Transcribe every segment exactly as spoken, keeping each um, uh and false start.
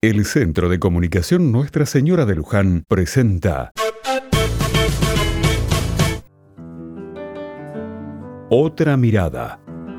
El Centro de Comunicación Nuestra Señora de Luján presenta Otra Mirada.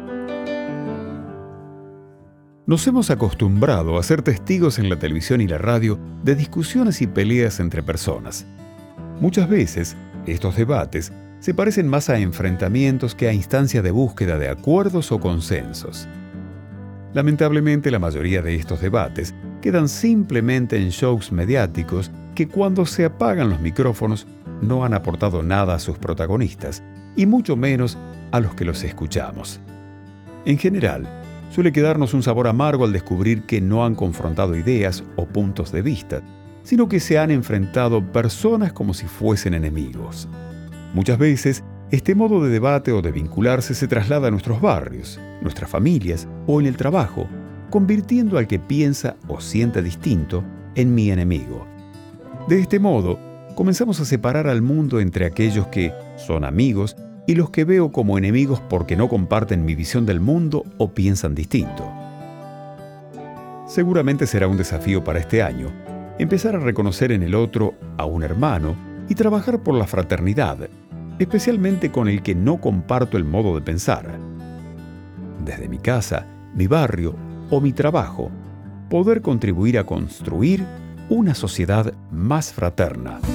Nos hemos acostumbrado a ser testigos en la televisión y la radio de discusiones y peleas entre personas. Muchas veces, estos debates se parecen más a enfrentamientos que a instancias de búsqueda de acuerdos o consensos. Lamentablemente, la mayoría de estos debates quedan simplemente en shows mediáticos que, cuando se apagan los micrófonos, no han aportado nada a sus protagonistas, y mucho menos a los que los escuchamos. En general, suele quedarnos un sabor amargo al descubrir que no han confrontado ideas o puntos de vista, sino que se han enfrentado personas como si fuesen enemigos. Muchas veces, este modo de debate o de vincularse se traslada a nuestros barrios, nuestras familias o en el trabajo, convirtiendo al que piensa o siente distinto en mi enemigo. De este modo, comenzamos a separar al mundo entre aquellos que son amigos y los que veo como enemigos porque no comparten mi visión del mundo o piensan distinto. Seguramente será un desafío para este año empezar a reconocer en el otro a un hermano y trabajar por la fraternidad, especialmente con el que no comparto el modo de pensar. Desde mi casa, mi barrio o mi trabajo, poder contribuir a construir una sociedad más fraterna.